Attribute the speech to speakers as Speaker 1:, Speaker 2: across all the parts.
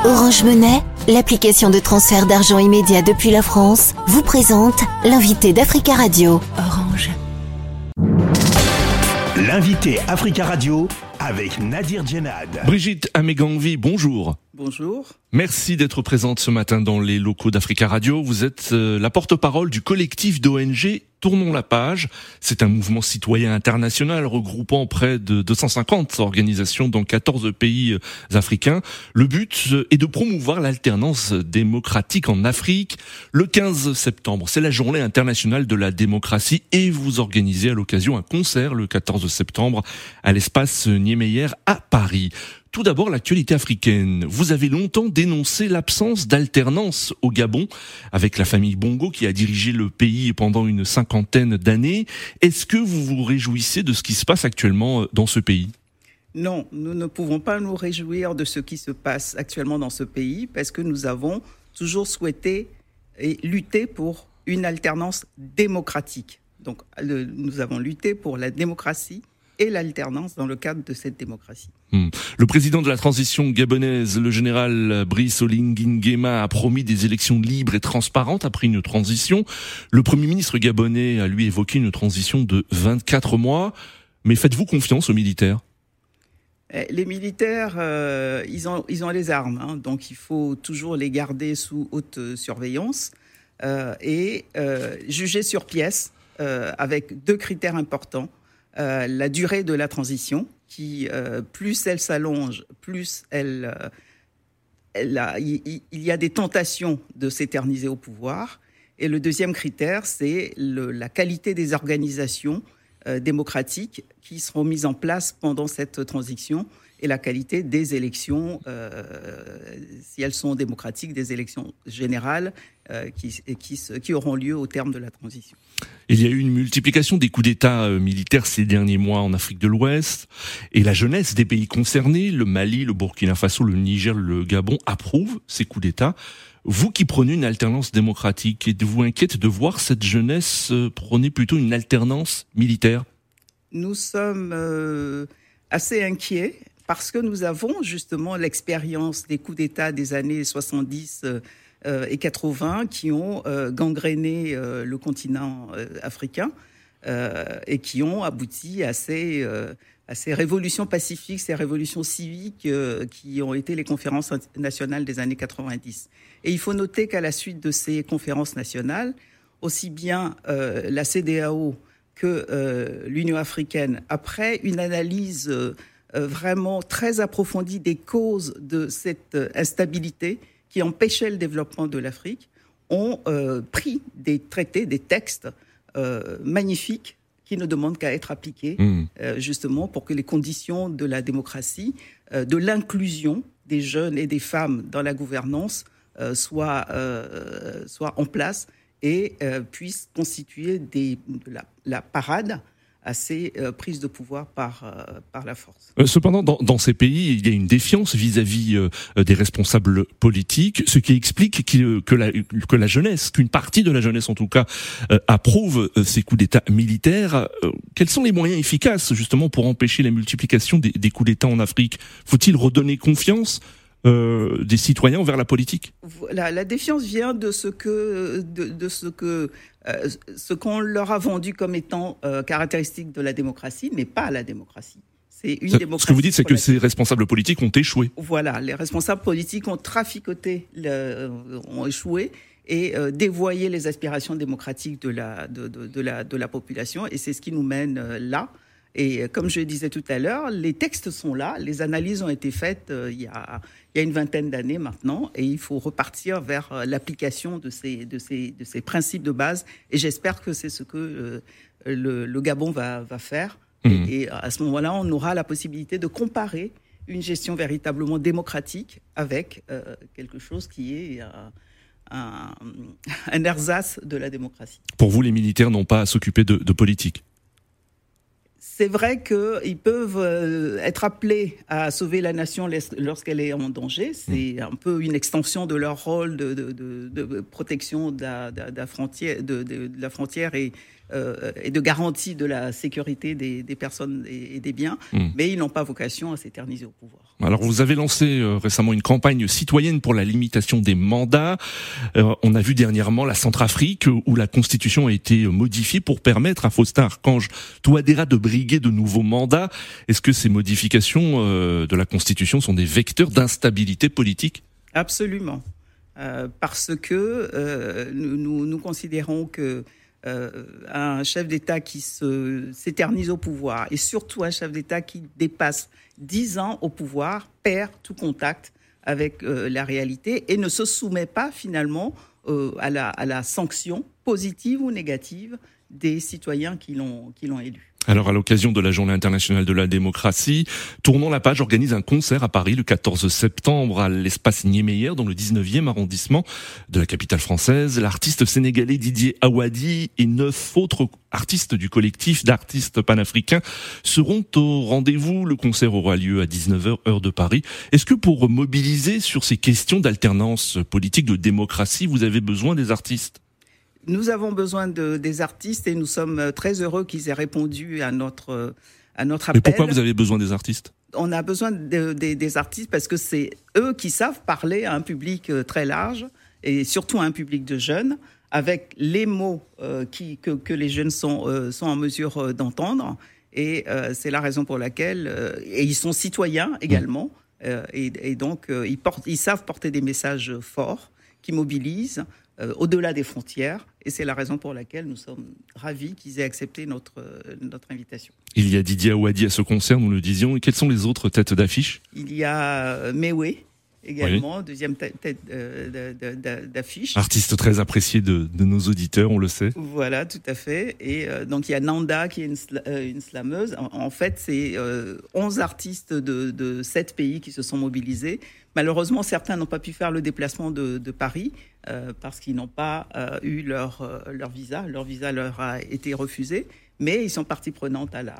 Speaker 1: Orange Money, l'application de transfert d'argent immédiat depuis la France, vous présente l'invité d'Africa Radio. Orange.
Speaker 2: L'invité Africa Radio avec Nadir Djenad.
Speaker 3: Brigitte Améganvi, bonjour.
Speaker 4: Bonjour.
Speaker 3: Merci d'être présente ce matin dans les locaux d'Africa Radio. Vous êtes la porte-parole du collectif d'ONG Tournons la page. C'est un mouvement citoyen international regroupant près de 250 organisations dans 14 pays africains. Le but est de promouvoir l'alternance démocratique en Afrique. Le 15 septembre, c'est la journée internationale de la démocratie et vous organisez à l'occasion un concert le 14 septembre à l'espace Niemeyer à Paris. Tout d'abord, l'actualité africaine. Vous avez longtemps dénoncé l'absence d'alternance au Gabon, avec la famille Bongo qui a dirigé le pays pendant une cinquantaine d'années. Est-ce que vous vous réjouissez de ce qui se passe actuellement dans ce pays ?
Speaker 4: Non, nous ne pouvons pas nous réjouir de ce qui se passe actuellement dans ce pays, parce que nous avons toujours souhaité et lutté pour une alternance démocratique. Donc, nous avons lutté pour la démocratie et l'alternance dans le cadre de cette démocratie.
Speaker 3: Le président de la transition gabonaise, le général Brice Oligui Nguema, a promis des élections libres et transparentes après une transition. Le Premier ministre gabonais a lui évoqué une transition de 24 mois. Mais faites-vous confiance aux militaires ?
Speaker 4: Les militaires, ils ont les armes, hein, donc il faut toujours les garder sous haute surveillance et juger sur pièce avec deux critères importants. La durée de la transition, qui plus elle s'allonge, plus il y a des tentations de s'éterniser au pouvoir. Et le deuxième critère, c'est la qualité des organisations démocratiques qui seront mises en place pendant cette transition et la qualité des élections, si elles sont démocratiques, des élections générales qui auront lieu au terme de la transition.
Speaker 3: Il y a eu une multiplication des coups d'État militaires ces derniers mois en Afrique de l'Ouest et la jeunesse des pays concernés, le Mali, le Burkina Faso, le Niger, le Gabon, approuvent ces coups d'État. Vous qui prenez une alternance démocratique, êtes-vous inquiète de voir cette jeunesse prôner plutôt une alternance militaire ?
Speaker 4: Nous sommes assez inquiets parce que nous avons justement l'expérience des coups d'État des années 70 et 80 qui ont gangréné le continent africain et qui ont abouti à ces révolutions pacifiques, ces révolutions civiques qui ont été les conférences nationales des années 90. Et il faut noter qu'à la suite de ces conférences nationales, aussi bien la CEDEAO que l'Union africaine, après une analyse vraiment très approfondie des causes de cette instabilité qui empêchait le développement de l'Afrique, ont pris des traités, des textes magnifiques qui ne demandent qu'à être appliqués, justement pour que les conditions de la démocratie, de l'inclusion des jeunes et des femmes dans la gouvernance soient en place et puissent constituer la parade à ces prises de pouvoir par la force.
Speaker 3: Cependant, dans ces pays, il y a une défiance vis-à-vis des responsables politiques, ce qui explique que la jeunesse, qu'une partie de la jeunesse en tout cas, approuve ces coups d'État militaires. Quels sont les moyens efficaces justement pour empêcher la multiplication des coups d'État en Afrique ? Faut-il redonner confiance des citoyens envers la politique ?
Speaker 4: La défiance vient de ce qu'on leur a vendu comme étant caractéristique de la démocratie n'est pas la démocratie. C'est une démocratie.
Speaker 3: Ce que vous dites, c'est que ces responsables politiques ont échoué.
Speaker 4: Voilà, les responsables politiques ont traficoté, ont échoué et dévoyé les aspirations démocratiques de la population. Et c'est ce qui nous mène là. Et comme je le disais tout à l'heure, les textes sont là, les analyses ont été faites il y a une vingtaine d'années maintenant, et il faut repartir vers l'application de ces principes de base. Et j'espère que c'est ce que le Gabon va faire. Et à ce moment-là, on aura la possibilité de comparer une gestion véritablement démocratique avec quelque chose qui est un ersatz de la démocratie.
Speaker 3: Pour vous, les militaires n'ont pas à s'occuper de politique ?
Speaker 4: C'est vrai qu'ils peuvent être appelés à sauver la nation lorsqu'elle est en danger. C'est un peu une extension de leur rôle de protection de la frontière et de garantie de la sécurité des personnes et des biens. Mais ils n'ont pas vocation à s'éterniser au pouvoir.
Speaker 3: Alors vous avez lancé récemment une campagne citoyenne pour la limitation des mandats. On a vu dernièrement la Centrafrique où la Constitution a été modifiée pour permettre à Faustin Archange Touadéra de briguer de nouveaux mandats. Est-ce que ces modifications de la Constitution sont des vecteurs d'instabilité politique ?
Speaker 4: Absolument. Parce que nous considérons que un chef d'État qui s'éternise au pouvoir et surtout un chef d'État qui dépasse 10 ans au pouvoir perd tout contact avec la réalité et ne se soumet pas finalement à la sanction positive ou négative des citoyens qui l'ont élu.
Speaker 3: Alors, à l'occasion de la Journée internationale de la démocratie, Tournons la page organise un concert à Paris le 14 septembre à l'espace Niemeyer dans le 19e arrondissement de la capitale française. L'artiste sénégalais Didier Awadi et 9 autres artistes du collectif d'artistes panafricains seront au rendez-vous. Le concert aura lieu à 19h heure de Paris. Est-ce que pour mobiliser sur ces questions d'alternance politique, de démocratie, vous avez besoin des artistes ?
Speaker 4: Nous avons besoin des artistes et nous sommes très heureux qu'ils aient répondu à notre appel.
Speaker 3: Mais pourquoi vous avez besoin des artistes ?
Speaker 4: On a besoin des artistes parce que c'est eux qui savent parler à un public très large et surtout à un public de jeunes avec les mots que les jeunes sont en mesure d'entendre. Et c'est la raison pour laquelle... et ils sont citoyens également. Et donc, ils savent porter des messages forts qui mobilisent au-delà des frontières. Et c'est la raison pour laquelle nous sommes ravis qu'ils aient accepté notre invitation.
Speaker 3: Il y a Didier Awadi à ce concert, nous le disions. Et quelles sont les autres têtes d'affiche ?
Speaker 4: Il y a Mewé également, deuxième tête d'affiche.
Speaker 3: Artiste très apprécié de nos auditeurs, on le sait.
Speaker 4: Voilà, tout à fait. Et donc il y a Nanda qui est une slameuse. En fait, c'est 11 artistes de 7 pays qui se sont mobilisés. Malheureusement, certains n'ont pas pu faire le déplacement de Paris parce qu'ils n'ont pas eu leur visa. Leur visa leur a été refusé, mais ils sont partie prenante à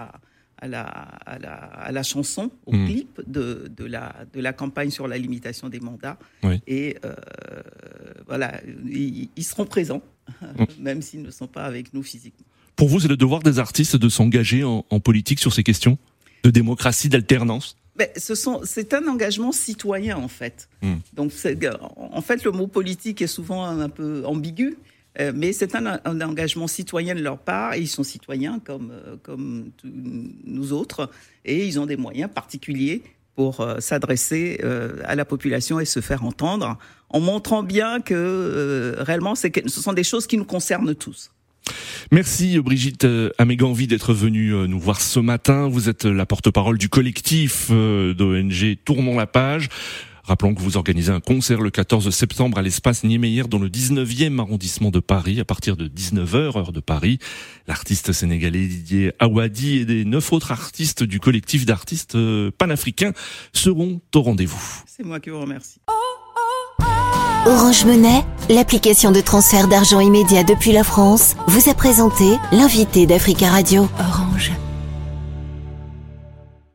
Speaker 4: la chanson, au clip de la campagne sur la limitation des mandats. Oui. Et voilà, ils seront présents, même s'ils ne sont pas avec nous physiquement.
Speaker 3: Pour vous, c'est le devoir des artistes de s'engager en politique sur ces questions de démocratie, d'alternance ?
Speaker 4: C'est un engagement citoyen, en fait. Donc, en fait, le mot politique est souvent un peu ambigu, mais c'est un engagement citoyen de leur part, et ils sont citoyens comme nous autres, et ils ont des moyens particuliers pour s'adresser à la population et se faire entendre, en montrant bien que réellement, ce sont des choses qui nous concernent tous.
Speaker 3: Merci Brigitte Améganvi d'être venue nous voir ce matin. Vous êtes la porte-parole du collectif d'ONG Tournons la page. Rappelons que vous organisez un concert le 14 septembre à l'espace Niemeyer dans le 19e arrondissement de Paris à partir de 19h heure de Paris. L'artiste sénégalais Didier Awadi et des 9 autres artistes du collectif d'artistes panafricains seront au rendez-vous.
Speaker 4: C'est moi qui vous remercie.
Speaker 1: Orange Money, l'application de transfert d'argent immédiat depuis la France, vous a présenté l'invité d'Africa Radio.